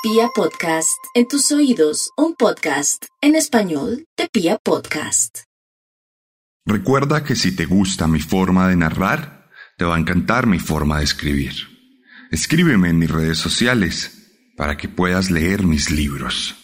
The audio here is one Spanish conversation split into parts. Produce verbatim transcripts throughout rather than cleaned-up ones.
Pia Podcast, en tus oídos, un podcast en español de Pia Podcast. Recuerda que si te gusta mi forma de narrar, te va a encantar mi forma de escribir. Escríbeme en mis redes sociales para que puedas leer mis libros.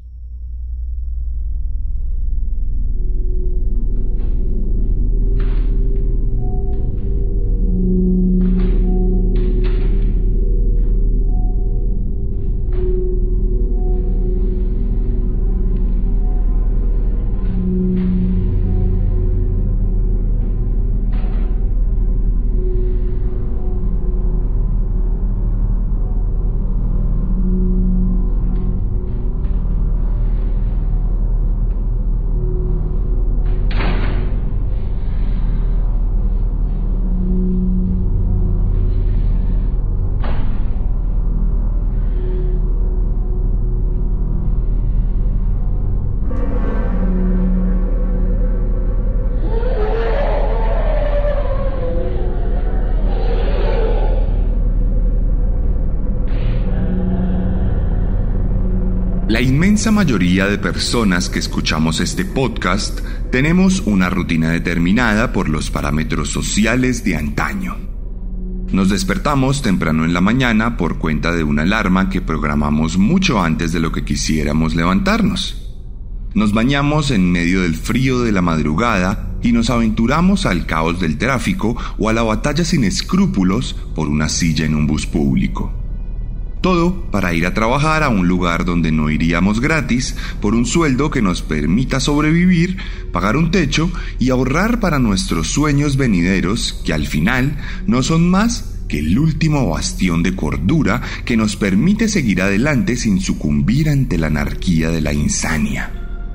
La inmensa mayoría de personas que escuchamos este podcast tenemos una rutina determinada por los parámetros sociales de antaño. Nos despertamos temprano en la mañana por cuenta de una alarma que programamos mucho antes de lo que quisiéramos levantarnos. Nos bañamos en medio del frío de la madrugada y nos aventuramos al caos del tráfico o a la batalla sin escrúpulos por una silla en un bus público. Todo para ir a trabajar a un lugar donde no iríamos gratis, por un sueldo que nos permita sobrevivir, pagar un techo y ahorrar para nuestros sueños venideros, que al final no son más que el último bastión de cordura que nos permite seguir adelante sin sucumbir ante la anarquía de la insania.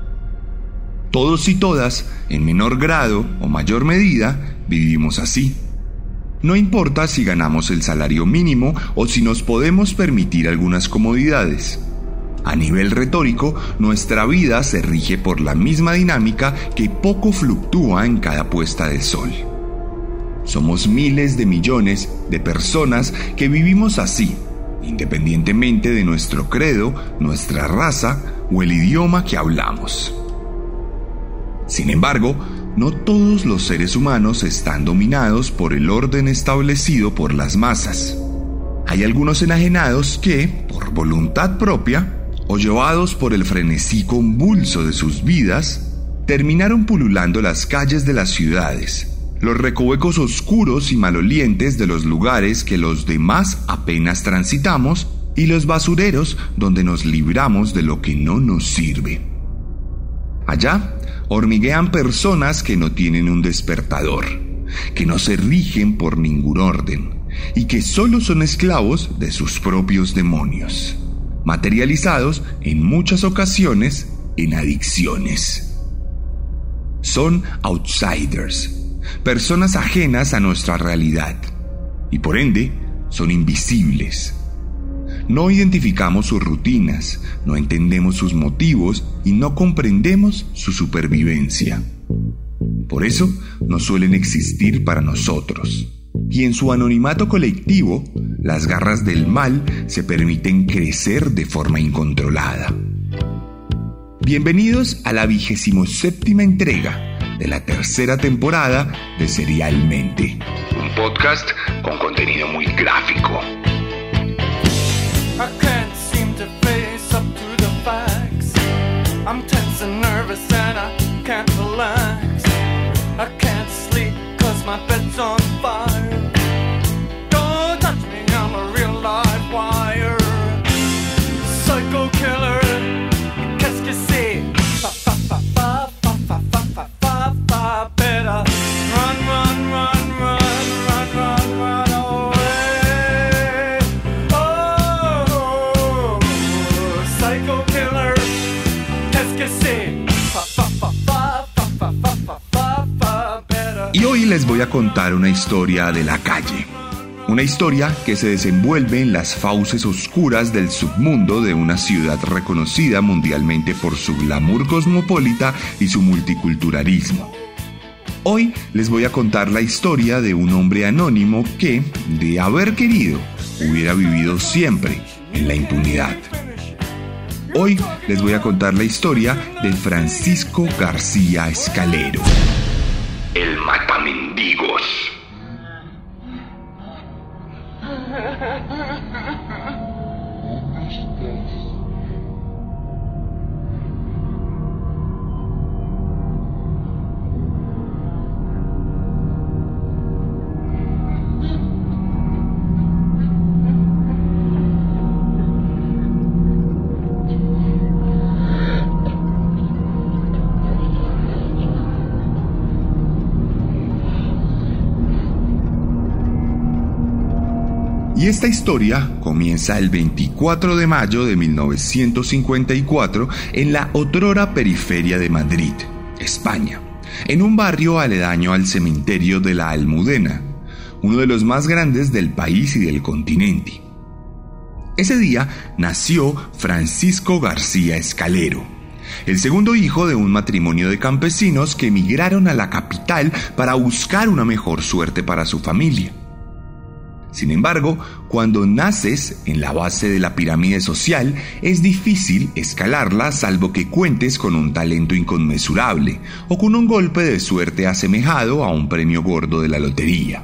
Todos y todas, en menor grado o mayor medida, vivimos así. No importa si ganamos el salario mínimo o si nos podemos permitir algunas comodidades. A nivel retórico, nuestra vida se rige por la misma dinámica que poco fluctúa en cada puesta de sol. Somos miles de millones de personas que vivimos así, independientemente de nuestro credo, nuestra raza o el idioma que hablamos. Sin embargo, no todos los seres humanos están dominados por el orden establecido por las masas. Hay algunos enajenados que, por voluntad propia, o llevados por el frenesí convulso de sus vidas, terminaron pululando las calles de las ciudades, los recovecos oscuros y malolientes de los lugares que los demás apenas transitamos y los basureros donde nos libramos de lo que no nos sirve. Allá hormiguean personas que no tienen un despertador, que no se rigen por ningún orden y que solo son esclavos de sus propios demonios, materializados en muchas ocasiones en adicciones. Son outsiders, personas ajenas a nuestra realidad y por ende son invisibles. No identificamos sus rutinas, no entendemos sus motivos y no comprendemos su supervivencia. Por eso no suelen existir para nosotros. Y en su anonimato colectivo, las garras del mal se permiten crecer de forma incontrolada. Bienvenidos a la vigésimo séptima entrega de la tercera temporada de Serialmente, un podcast con contenido muy gráfico. I can't seem to face up to the facts. I'm tense and nervous and I can't relax. I can't sleep cause my bed's on fire. Don't touch me, I'm a real live wire. Psycho killer, qu'est-ce que c'est? Fa fa fa fa fa fa fa fa fa fa. Better run, run, run, run, run, run, run away. Oh, psycho killer, qu'est-ce que c'est? Fa fa fa fa fa fa fa fa fa fa. Better. Y hoy les voy a contar una historia de la calle. Una historia que se desenvuelve en las fauces oscuras del submundo de una ciudad reconocida mundialmente por su glamour cosmopolita y su multiculturalismo. Hoy les voy a contar la historia de un hombre anónimo que, de haber querido, hubiera vivido siempre en la impunidad. Hoy les voy a contar la historia de Francisco García Escalero, el matamendigos. Y esta historia comienza el veinticuatro de mayo de mil novecientos cincuenta y cuatro en la otrora periferia de Madrid, España, en un barrio aledaño al cementerio de la Almudena, uno de los más grandes del país y del continente. Ese día nació Francisco García Escalero, el segundo hijo de un matrimonio de campesinos que emigraron a la capital para buscar una mejor suerte para su familia. Sin embargo, cuando naces en la base de la pirámide social, es difícil escalarla salvo que cuentes con un talento inconmensurable o con un golpe de suerte asemejado a un premio gordo de la lotería.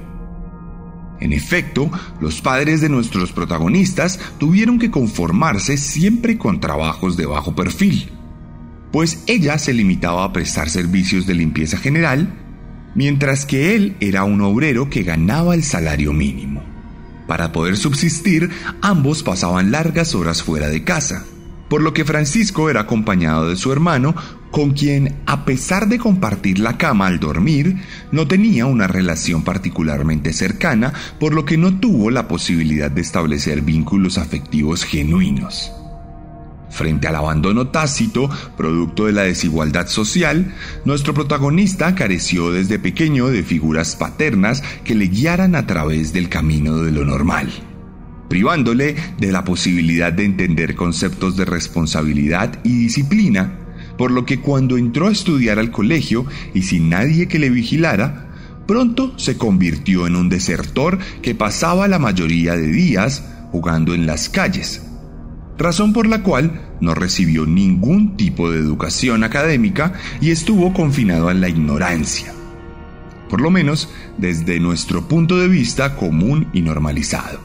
En efecto, los padres de nuestros protagonistas tuvieron que conformarse siempre con trabajos de bajo perfil, pues ella se limitaba a prestar servicios de limpieza general, mientras que él era un obrero que ganaba el salario mínimo. Para poder subsistir, ambos pasaban largas horas fuera de casa, por lo que Francisco era acompañado de su hermano, con quien, a pesar de compartir la cama al dormir, no tenía una relación particularmente cercana, por lo que no tuvo la posibilidad de establecer vínculos afectivos genuinos. Frente al abandono tácito, producto de la desigualdad social, nuestro protagonista careció desde pequeño de figuras paternas que le guiaran a través del camino de lo normal, privándole de la posibilidad de entender conceptos de responsabilidad y disciplina, por lo que cuando entró a estudiar al colegio y sin nadie que le vigilara, pronto se convirtió en un desertor que pasaba la mayoría de días jugando en las calles, razón por la cual no recibió ningún tipo de educación académica y estuvo confinado a la ignorancia, por lo menos desde nuestro punto de vista común y normalizado.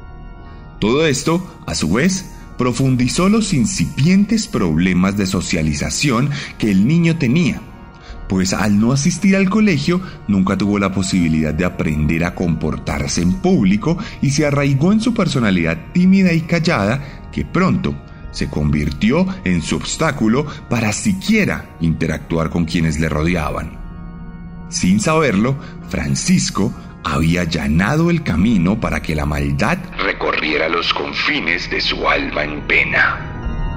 Todo esto, a su vez, profundizó los incipientes problemas de socialización que el niño tenía, pues al no asistir al colegio nunca tuvo la posibilidad de aprender a comportarse en público y se arraigó en su personalidad tímida y callada, que pronto se convirtió en su obstáculo para siquiera interactuar con quienes le rodeaban. Sin saberlo, Francisco había allanado el camino para que la maldad recorriera los confines de su alma en pena.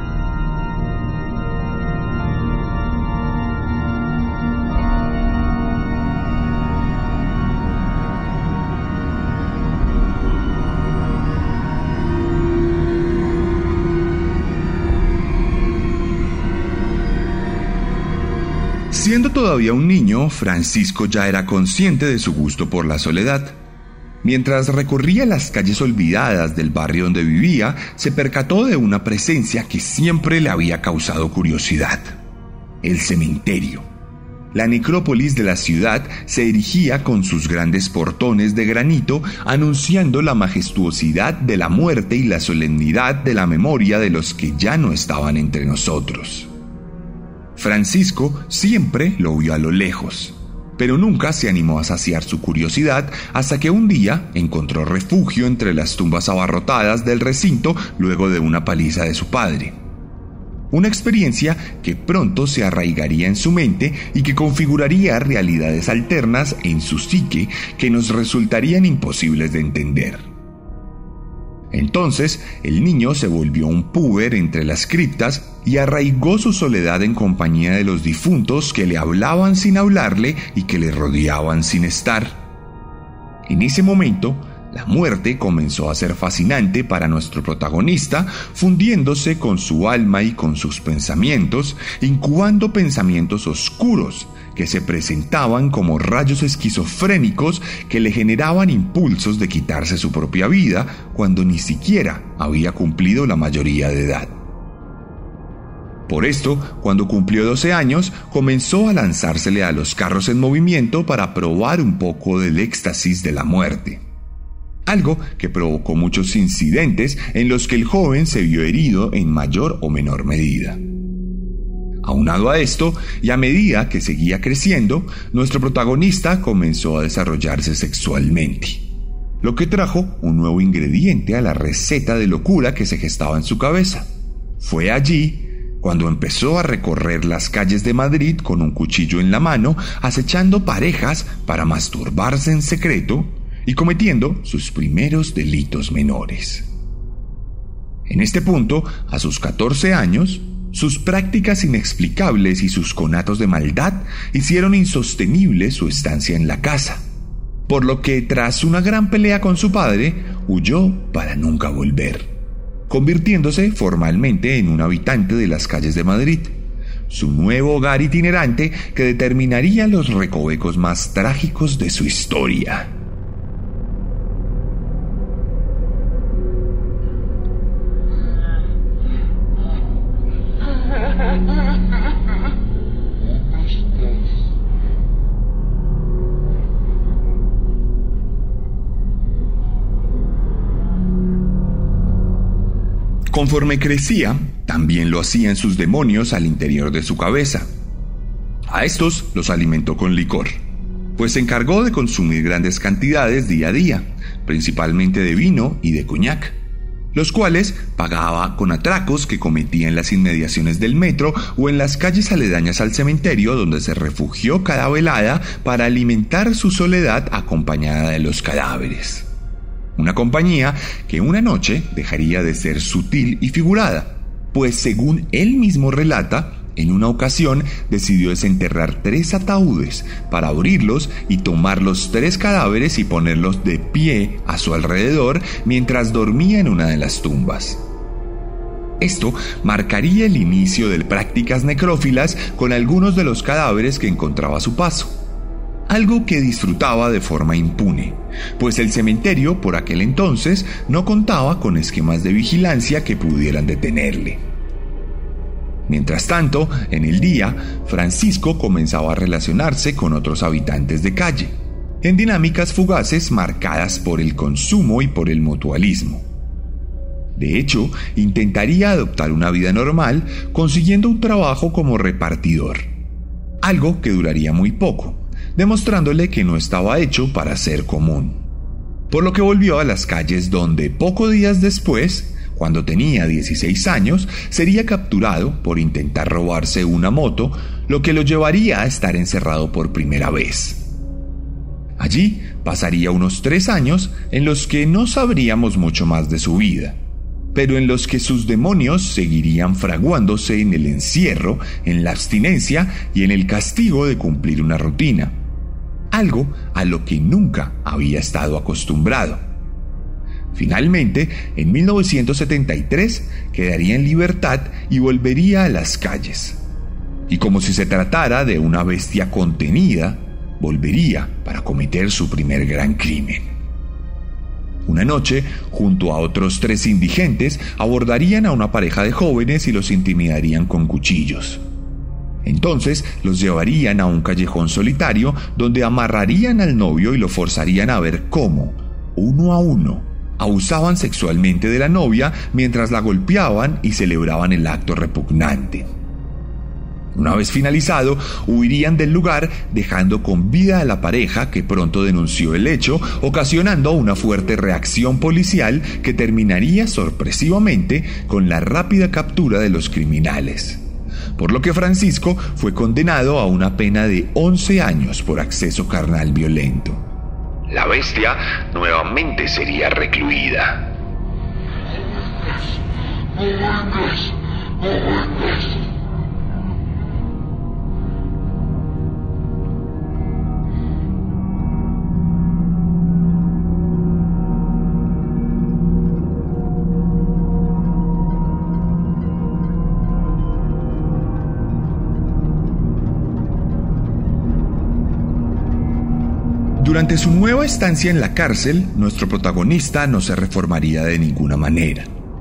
Siendo todavía un niño, Francisco ya era consciente de su gusto por la soledad. Mientras recorría las calles olvidadas del barrio donde vivía, se percató de una presencia que siempre le había causado curiosidad: el cementerio. La necrópolis de la ciudad se erigía con sus grandes portones de granito, anunciando la majestuosidad de la muerte y la solemnidad de la memoria de los que ya no estaban entre nosotros. Francisco siempre lo vio a lo lejos, pero nunca se animó a saciar su curiosidad hasta que un día encontró refugio entre las tumbas abarrotadas del recinto luego de una paliza de su padre. Una experiencia que pronto se arraigaría en su mente y que configuraría realidades alternas en su psique que nos resultarían imposibles de entender. Entonces, el niño se volvió un púber entre las criptas y arraigó su soledad en compañía de los difuntos que le hablaban sin hablarle y que le rodeaban sin estar. En ese momento, la muerte comenzó a ser fascinante para nuestro protagonista, fundiéndose con su alma y con sus pensamientos, incubando pensamientos oscuros que se presentaban como rayos esquizofrénicos que le generaban impulsos de quitarse su propia vida cuando ni siquiera había cumplido la mayoría de edad. Por esto, cuando cumplió doce años, comenzó a lanzársele a los carros en movimiento para probar un poco del éxtasis de la muerte. Algo que provocó muchos incidentes en los que el joven se vio herido en mayor o menor medida. Aunado a esto, y a medida que seguía creciendo, nuestro protagonista comenzó a desarrollarse sexualmente, lo que trajo un nuevo ingrediente a la receta de locura que se gestaba en su cabeza. Fue allí cuando empezó a recorrer las calles de Madrid con un cuchillo en la mano, acechando parejas para masturbarse en secreto y cometiendo sus primeros delitos menores. En este punto, a sus catorce años, sus prácticas inexplicables y sus conatos de maldad hicieron insostenible su estancia en la casa, por lo que tras una gran pelea con su padre, huyó para nunca volver, convirtiéndose formalmente en un habitante de las calles de Madrid, su nuevo hogar itinerante que determinaría los recovecos más trágicos de su historia. Conforme crecía, también lo hacían sus demonios al interior de su cabeza. A estos los alimentó con licor, pues se encargó de consumir grandes cantidades día a día, principalmente de vino y de coñac, los cuales pagaba con atracos que cometía en las inmediaciones del metro o en las calles aledañas al cementerio, donde se refugió cada velada para alimentar su soledad acompañada de los cadáveres. Una compañía que una noche dejaría de ser sutil y figurada, pues según él mismo relata, en una ocasión decidió desenterrar tres ataúdes para abrirlos y tomar los tres cadáveres y ponerlos de pie a su alrededor mientras dormía en una de las tumbas. Esto marcaría el inicio de prácticas necrófilas con algunos de los cadáveres que encontraba a su paso. Algo que disfrutaba de forma impune, pues el cementerio por aquel entonces no contaba con esquemas de vigilancia que pudieran detenerle. Mientras tanto, en el día, Francisco comenzaba a relacionarse con otros habitantes de calle, en dinámicas fugaces marcadas por el consumo y por el mutualismo. De hecho, intentaría adoptar una vida normal, consiguiendo un trabajo como repartidor, algo que duraría muy poco, demostrándole que no estaba hecho para ser común. Por lo que volvió a las calles donde, pocos días después, cuando tenía dieciséis años, sería capturado por intentar robarse una moto, lo que lo llevaría a estar encerrado por primera vez. Allí pasaría unos tres años en los que no sabríamos mucho más de su vida, pero en los que sus demonios seguirían fraguándose en el encierro, en la abstinencia y en el castigo de cumplir una rutina, algo a lo que nunca había estado acostumbrado. Finalmente, en mil novecientos setenta y tres, quedaría en libertad y volvería a las calles. Y como si se tratara de una bestia contenida, volvería para cometer su primer gran crimen. Una noche, junto a otros tres indigentes, abordarían a una pareja de jóvenes y los intimidarían con cuchillos. Entonces los llevarían a un callejón solitario donde amarrarían al novio y lo forzarían a ver cómo, uno a uno, abusaban sexualmente de la novia mientras la golpeaban y celebraban el acto repugnante. Una vez finalizado, huirían del lugar dejando con vida a la pareja, que pronto denunció el hecho, ocasionando una fuerte reacción policial que terminaría sorpresivamente con la rápida captura de los criminales. Por lo que Francisco fue condenado a una pena de once años por acceso carnal violento. La bestia nuevamente sería recluida. Durante su nueva estancia en la cárcel, nuestro protagonista no se reformaría de ninguna manera.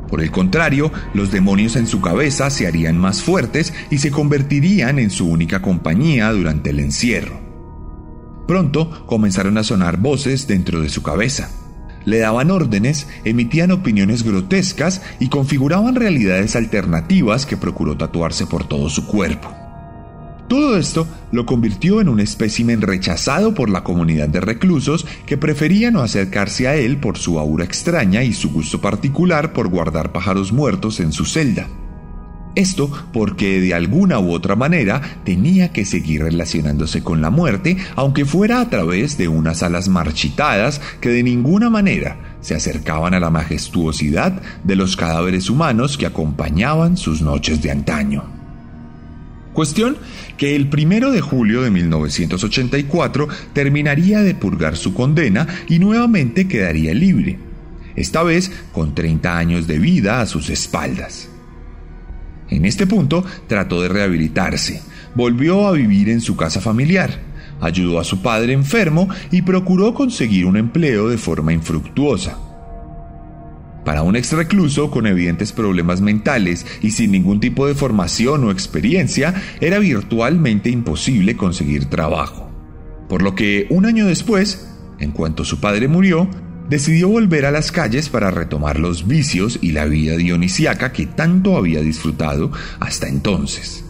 Por el contrario, los demonios en su cabeza se harían más fuertes y se convertirían en su única compañía durante el encierro. Pronto comenzaron a sonar voces dentro de su cabeza. Le daban órdenes, emitían opiniones grotescas y configuraban realidades alternativas que procuró tatuarse por todo su cuerpo. Todo esto lo convirtió en un espécimen rechazado por la comunidad de reclusos que preferían no acercarse a él por su aura extraña y su gusto particular por guardar pájaros muertos en su celda. Esto porque de alguna u otra manera tenía que seguir relacionándose con la muerte, aunque fuera a través de unas alas marchitadas que de ninguna manera se acercaban a la majestuosidad de los cadáveres humanos que acompañaban sus noches de antaño. Cuestión que el primero de julio de mil novecientos ochenta y cuatro terminaría de purgar su condena y nuevamente quedaría libre, esta vez con treinta años de vida a sus espaldas. En este punto trató de rehabilitarse, volvió a vivir en su casa familiar, ayudó a su padre enfermo y procuró conseguir un empleo de forma infructuosa. Para un exrecluso con evidentes problemas mentales y sin ningún tipo de formación o experiencia, era virtualmente imposible conseguir trabajo. Por lo que, un año después, en cuanto su padre murió, decidió volver a las calles para retomar los vicios y la vida dionisíaca que tanto había disfrutado hasta entonces.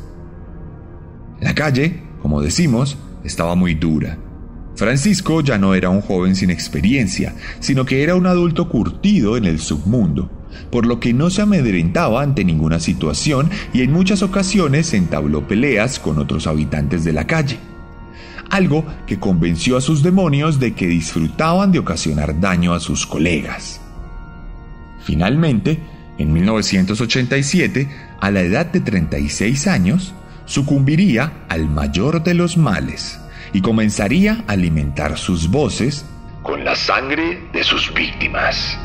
La calle, como decimos, estaba muy dura. Francisco ya no era un joven sin experiencia, sino que era un adulto curtido en el submundo, por lo que no se amedrentaba ante ninguna situación y en muchas ocasiones entabló peleas con otros habitantes de la calle. Algo que convenció a sus demonios de que disfrutaban de ocasionar daño a sus colegas. Finalmente, en mil novecientos ochenta y siete, a la edad de treinta y seis años, sucumbiría al mayor de los males y comenzaría a alimentar sus voces con la sangre de sus víctimas.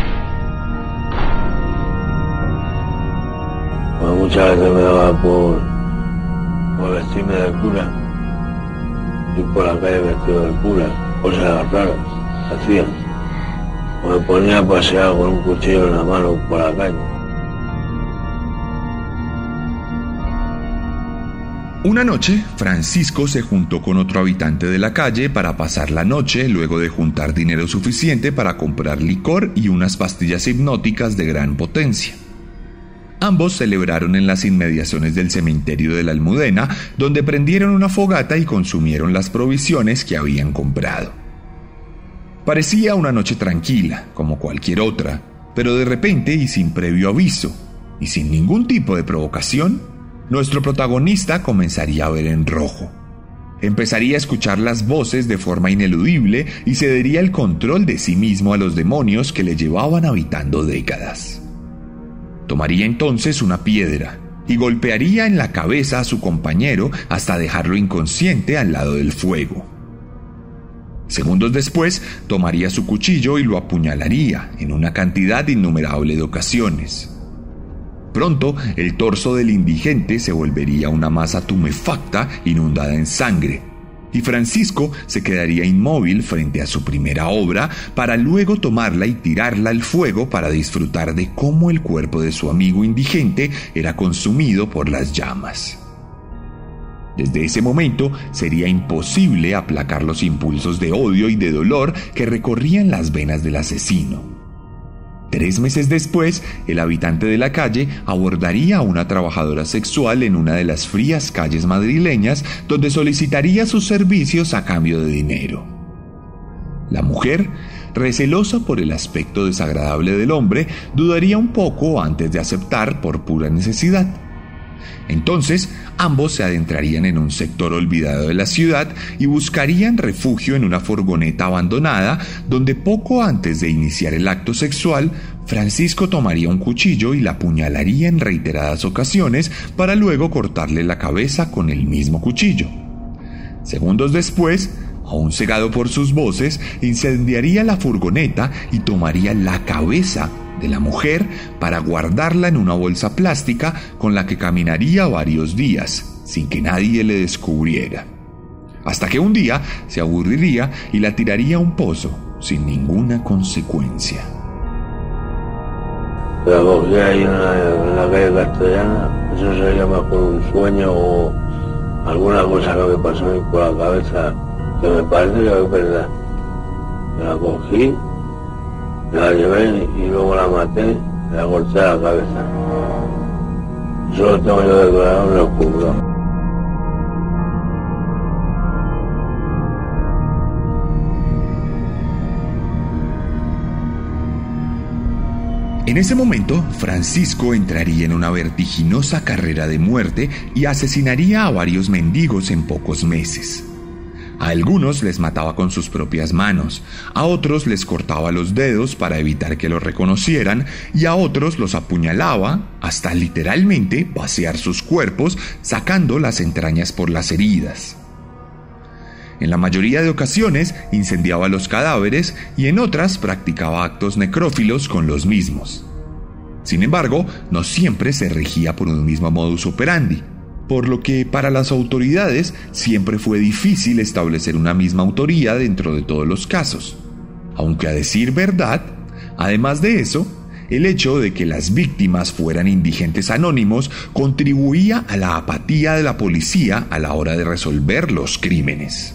Bueno, muchas veces me daba por, por vestirme de cura, ir por la calle vestido de cura, cosas raras hacían. O me ponía a pasear con un cuchillo en la mano por la calle. Una noche, Francisco se juntó con otro habitante de la calle para pasar la noche luego de juntar dinero suficiente para comprar licor y unas pastillas hipnóticas de gran potencia. Ambos celebraron en las inmediaciones del cementerio de la Almudena, donde prendieron una fogata y consumieron las provisiones que habían comprado. Parecía una noche tranquila, como cualquier otra, pero de repente y sin previo aviso, y sin ningún tipo de provocación, nuestro protagonista comenzaría a ver en rojo. Empezaría a escuchar las voces de forma ineludible y cedería el control de sí mismo a los demonios que le llevaban habitando décadas. Tomaría entonces una piedra y golpearía en la cabeza a su compañero hasta dejarlo inconsciente al lado del fuego. Segundos después, tomaría su cuchillo y lo apuñalaría en una cantidad innumerable de ocasiones. Pronto, el torso del indigente se volvería una masa tumefacta inundada en sangre, y Francisco se quedaría inmóvil frente a su primera obra para luego tomarla y tirarla al fuego para disfrutar de cómo el cuerpo de su amigo indigente era consumido por las llamas. Desde ese momento sería imposible aplacar los impulsos de odio y de dolor que recorrían las venas del asesino. Tres meses después, el habitante de la calle abordaría a una trabajadora sexual en una de las frías calles madrileñas, donde solicitaría sus servicios a cambio de dinero. La mujer, recelosa por el aspecto desagradable del hombre, dudaría un poco antes de aceptar por pura necesidad. Entonces, ambos se adentrarían en un sector olvidado de la ciudad y buscarían refugio en una furgoneta abandonada, donde poco antes de iniciar el acto sexual, Francisco tomaría un cuchillo y la apuñalaría en reiteradas ocasiones para luego cortarle la cabeza con el mismo cuchillo. Segundos después, aún cegado por sus voces, incendiaría la furgoneta y tomaría la cabeza de la mujer para guardarla en una bolsa plástica con la que caminaría varios días sin que nadie le descubriera, hasta que un día se aburriría y la tiraría a un pozo sin ninguna consecuencia. que la cogí ahí en la, en la calle Castellana, eso sería mejor un sueño o alguna cosa que me pasó a mí por la cabeza, que me parece que es verdad. La cogí, la llevé y luego la maté, la corté a la cabeza. Eso lo tengo yo declarado en el juzgado. En ese momento, Francisco entraría en una vertiginosa carrera de muerte y asesinaría a varios mendigos en pocos meses. A algunos les mataba con sus propias manos, a otros les cortaba los dedos para evitar que los reconocieran y a otros los apuñalaba hasta literalmente vaciar sus cuerpos, sacando las entrañas por las heridas. En la mayoría de ocasiones incendiaba los cadáveres y en otras practicaba actos necrófilos con los mismos. Sin embargo, no siempre se regía por un mismo modus operandi, por lo que para las autoridades siempre fue difícil establecer una misma autoría dentro de todos los casos. Aunque a decir verdad, además de eso, el hecho de que las víctimas fueran indigentes anónimos contribuía a la apatía de la policía a la hora de resolver los crímenes.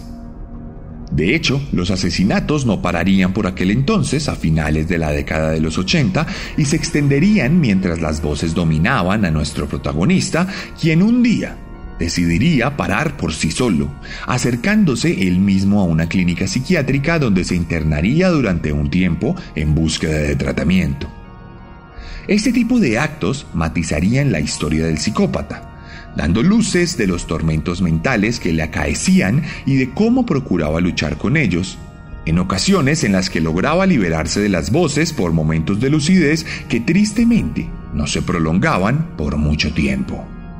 De hecho, los asesinatos no pararían por aquel entonces, a finales de la década de los ochenta, y se extenderían mientras las voces dominaban a nuestro protagonista, quien un día decidiría parar por sí solo, acercándose él mismo a una clínica psiquiátrica donde se internaría durante un tiempo en búsqueda de tratamiento. Este tipo de actos matizarían la historia del psicópata, dando luces de los tormentos mentales que le acaecían y de cómo procuraba luchar con ellos, en ocasiones en las que lograba liberarse de las voces por momentos de lucidez que tristemente no se prolongaban por mucho tiempo.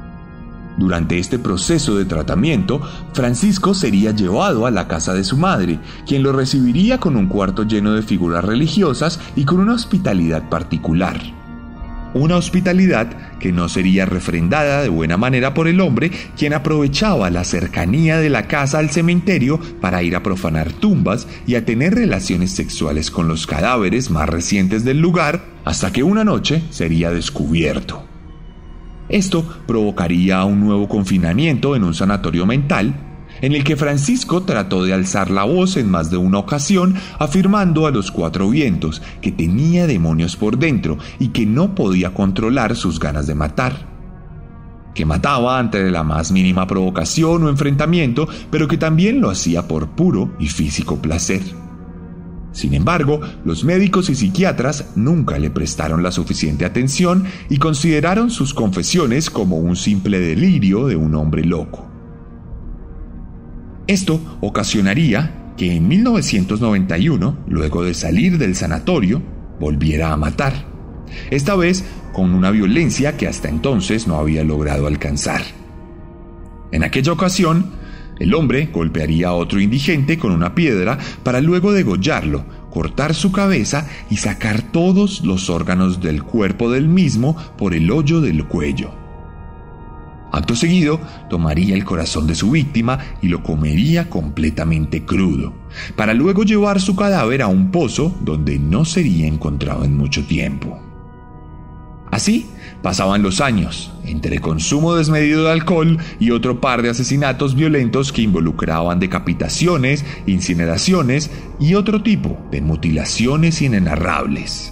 Durante este proceso de tratamiento, Francisco sería llevado a la casa de su madre, quien lo recibiría con un cuarto lleno de figuras religiosas y con una hospitalidad particular. Una hospitalidad que no sería refrendada de buena manera por el hombre, quien aprovechaba la cercanía de la casa al cementerio para ir a profanar tumbas y a tener relaciones sexuales con los cadáveres más recientes del lugar, hasta que una noche sería descubierto. Esto provocaría un nuevo confinamiento en un sanatorio mental, en el que Francisco trató de alzar la voz en más de una ocasión, afirmando a los cuatro vientos que tenía demonios por dentro y que no podía controlar sus ganas de matar. Que mataba ante la más mínima provocación o enfrentamiento, pero que también lo hacía por puro y físico placer. Sin embargo, los médicos y psiquiatras nunca le prestaron la suficiente atención y consideraron sus confesiones como un simple delirio de un hombre loco. Esto ocasionaría que en mil novecientos noventa y uno, luego de salir del sanatorio, volviera a matar, esta vez con una violencia que hasta entonces no había logrado alcanzar. En aquella ocasión, el hombre golpearía a otro indigente con una piedra para luego degollarlo, cortar su cabeza y sacar todos los órganos del cuerpo del mismo por el hoyo del cuello. Acto seguido, tomaría el corazón de su víctima y lo comería completamente crudo, para luego llevar su cadáver a un pozo donde no sería encontrado en mucho tiempo. Así pasaban los años, entre consumo desmedido de alcohol y otro par de asesinatos violentos que involucraban decapitaciones, incineraciones y otro tipo de mutilaciones inenarrables.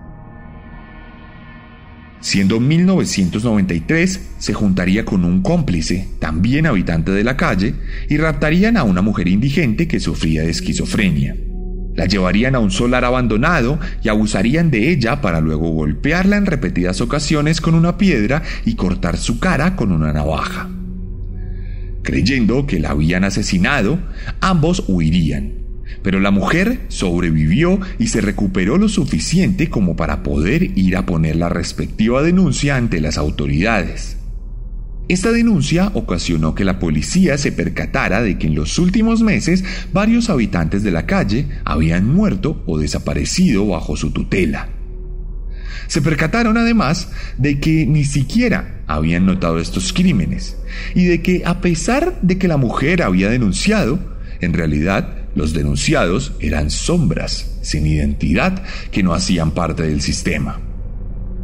Siendo mil novecientos noventa y tres, se juntaría con un cómplice, también habitante de la calle, y raptarían a una mujer indigente que sufría de esquizofrenia. La llevarían a un solar abandonado y abusarían de ella para luego golpearla en repetidas ocasiones con una piedra y cortar su cara con una navaja. Creyendo que la habían asesinado, ambos huirían. Pero la mujer sobrevivió y se recuperó lo suficiente como para poder ir a poner la respectiva denuncia ante las autoridades. Esta denuncia ocasionó que la policía se percatara de que en los últimos meses varios habitantes de la calle habían muerto o desaparecido bajo su tutela. Se percataron además de que ni siquiera habían notado estos crímenes y de que a pesar de que la mujer había denunciado, en realidad los denunciados eran sombras sin identidad que no hacían parte del sistema.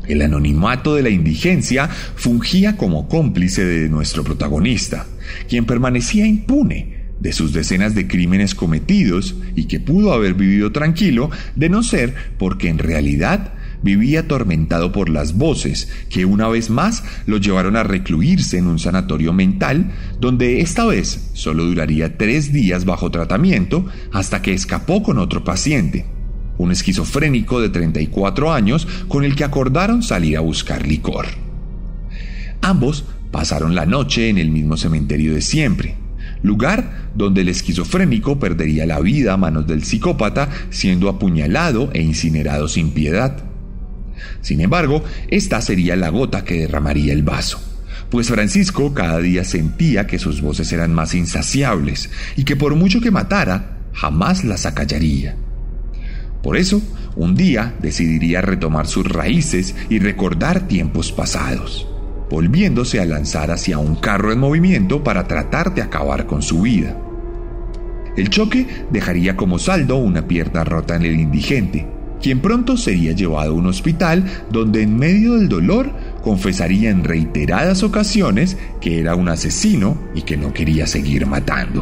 El anonimato de la indigencia fungía como cómplice de nuestro protagonista, quien permanecía impune de sus decenas de crímenes cometidos y que pudo haber vivido tranquilo de no ser porque en realidad vivía atormentado por las voces que una vez más lo llevaron a recluirse en un sanatorio mental donde esta vez solo duraría tres días bajo tratamiento hasta que escapó con otro paciente, un esquizofrénico de treinta y cuatro años con el que acordaron salir a buscar licor. Ambos pasaron la noche en el mismo cementerio de siempre, lugar donde el esquizofrénico perdería la vida a manos del psicópata siendo apuñalado e incinerado sin piedad. Sin embargo, esta sería la gota que derramaría el vaso, pues Francisco cada día sentía que sus voces eran más insaciables y que por mucho que matara, jamás las acallaría. Por eso, un día decidiría retomar sus raíces y recordar tiempos pasados, volviéndose a lanzar hacia un carro en movimiento para tratar de acabar con su vida. El choque dejaría como saldo una pierna rota en el indigente, quien pronto sería llevado a un hospital donde en medio del dolor confesaría en reiteradas ocasiones que era un asesino y que no quería seguir matando.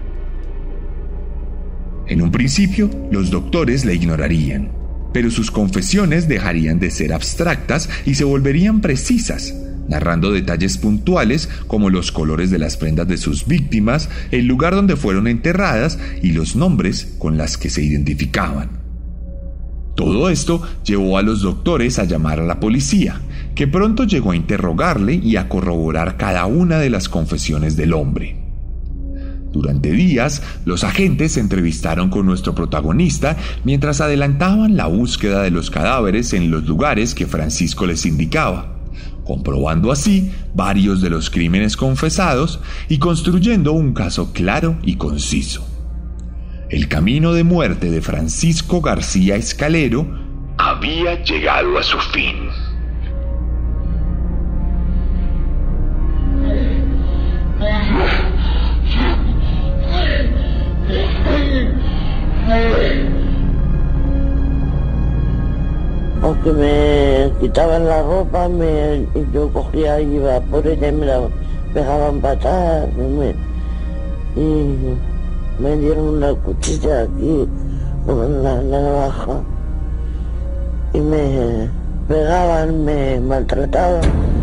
En un principio, los doctores le ignorarían, pero sus confesiones dejarían de ser abstractas y se volverían precisas, narrando detalles puntuales como los colores de las prendas de sus víctimas, el lugar donde fueron enterradas y los nombres con las que se identificaban. Todo esto llevó a los doctores a llamar a la policía, que pronto llegó a interrogarle y a corroborar cada una de las confesiones del hombre. Durante días, los agentes se entrevistaron con nuestro protagonista mientras adelantaban la búsqueda de los cadáveres en los lugares que Francisco les indicaba, comprobando así varios de los crímenes confesados y construyendo un caso claro y conciso. El camino de muerte de Francisco García Escalero había llegado a su fin. Aunque me quitaban la ropa, me, yo cogía y iba por ella y me la dejaban patar. Me, y me dieron una cuchilla aquí, con la, la navaja, y me pegaban, me maltrataban.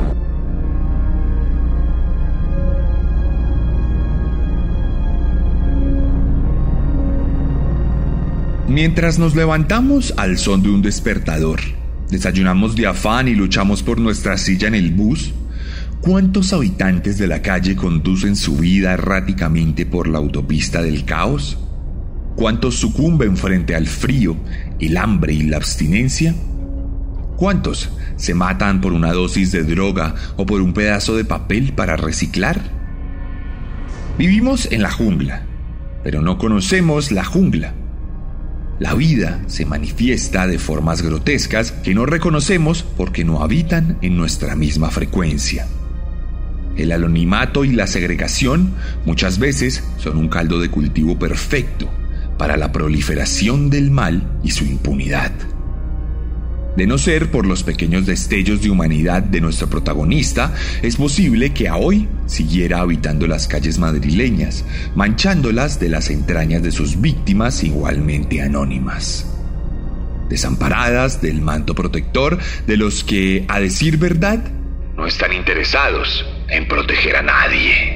Mientras nos levantamos al son de un despertador, desayunamos de afán y luchamos por nuestra silla en el bus, ¿cuántos habitantes de la calle conducen su vida erráticamente por la autopista del caos? ¿Cuántos sucumben frente al frío, el hambre y la abstinencia? ¿Cuántos se matan por una dosis de droga o por un pedazo de papel para reciclar? Vivimos en la jungla, pero no conocemos la jungla. La vida se manifiesta de formas grotescas que no reconocemos porque no habitan en nuestra misma frecuencia. El anonimato y la segregación muchas veces son un caldo de cultivo perfecto para la proliferación del mal y su impunidad. De no ser por los pequeños destellos de humanidad de nuestro protagonista, es posible que a hoy siguiera habitando las calles madrileñas, manchándolas de las entrañas de sus víctimas igualmente anónimas, desamparadas del manto protector de los que, a decir verdad, no están interesados en proteger a nadie.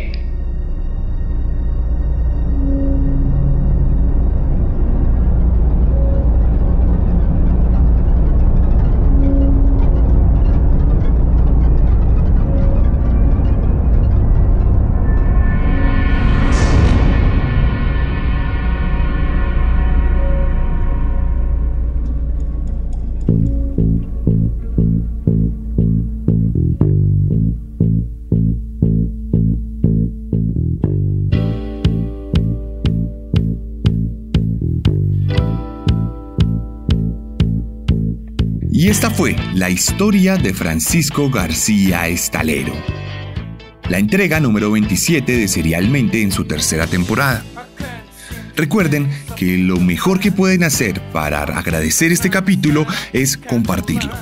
Y esta fue la historia de Francisco García Escalero, la entrega número veintisiete de Serialmente en su tercera temporada. Recuerden que lo mejor que pueden hacer para agradecer este capítulo es compartirlo,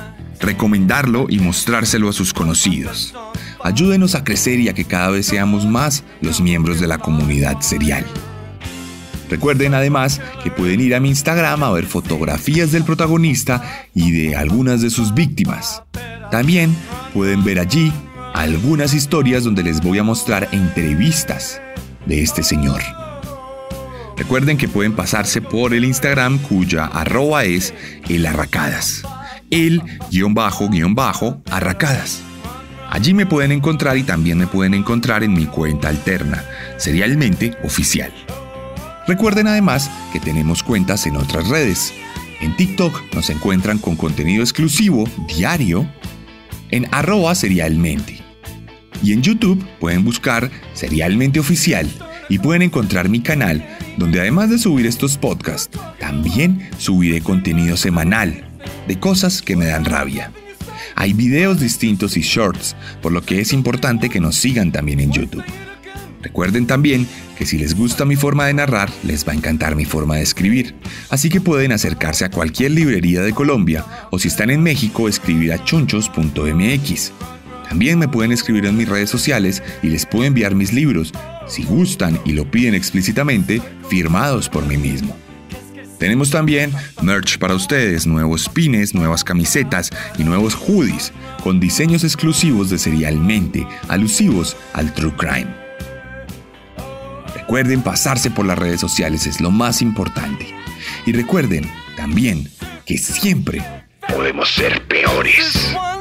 recomendarlo y mostrárselo a sus conocidos. Ayúdenos a crecer y a que cada vez seamos más los miembros de la comunidad serial. Recuerden además que pueden ir a mi Instagram a ver fotografías del protagonista y de algunas de sus víctimas. También pueden ver allí algunas historias donde les voy a mostrar entrevistas de este señor. Recuerden que pueden pasarse por el Instagram cuya arroba es el arracadas. El guión bajo guión bajo arracadas. Allí me pueden encontrar y también me pueden encontrar en mi cuenta alterna, Serialmente Oficial. Recuerden además que tenemos cuentas en otras redes. En TikTok nos encuentran con contenido exclusivo diario en arroba serialmente. Y en YouTube pueden buscar Serialmente Oficial y pueden encontrar mi canal donde además de subir estos podcasts, también subiré contenido semanal de cosas que me dan rabia. Hay videos distintos y shorts, por lo que es importante que nos sigan también en YouTube. Recuerden también que si les gusta mi forma de narrar, les va a encantar mi forma de escribir. Así que pueden acercarse a cualquier librería de Colombia o si están en México, escribir a chunchos punto eme equis. También me pueden escribir en mis redes sociales y les puedo enviar mis libros, si gustan y lo piden explícitamente, firmados por mí mismo. Tenemos también merch para ustedes, nuevos pines, nuevas camisetas y nuevos hoodies con diseños exclusivos de Serialmente, alusivos al True Crime. Recuerden pasarse por las redes sociales, es lo más importante. Y recuerden también que siempre podemos ser peores.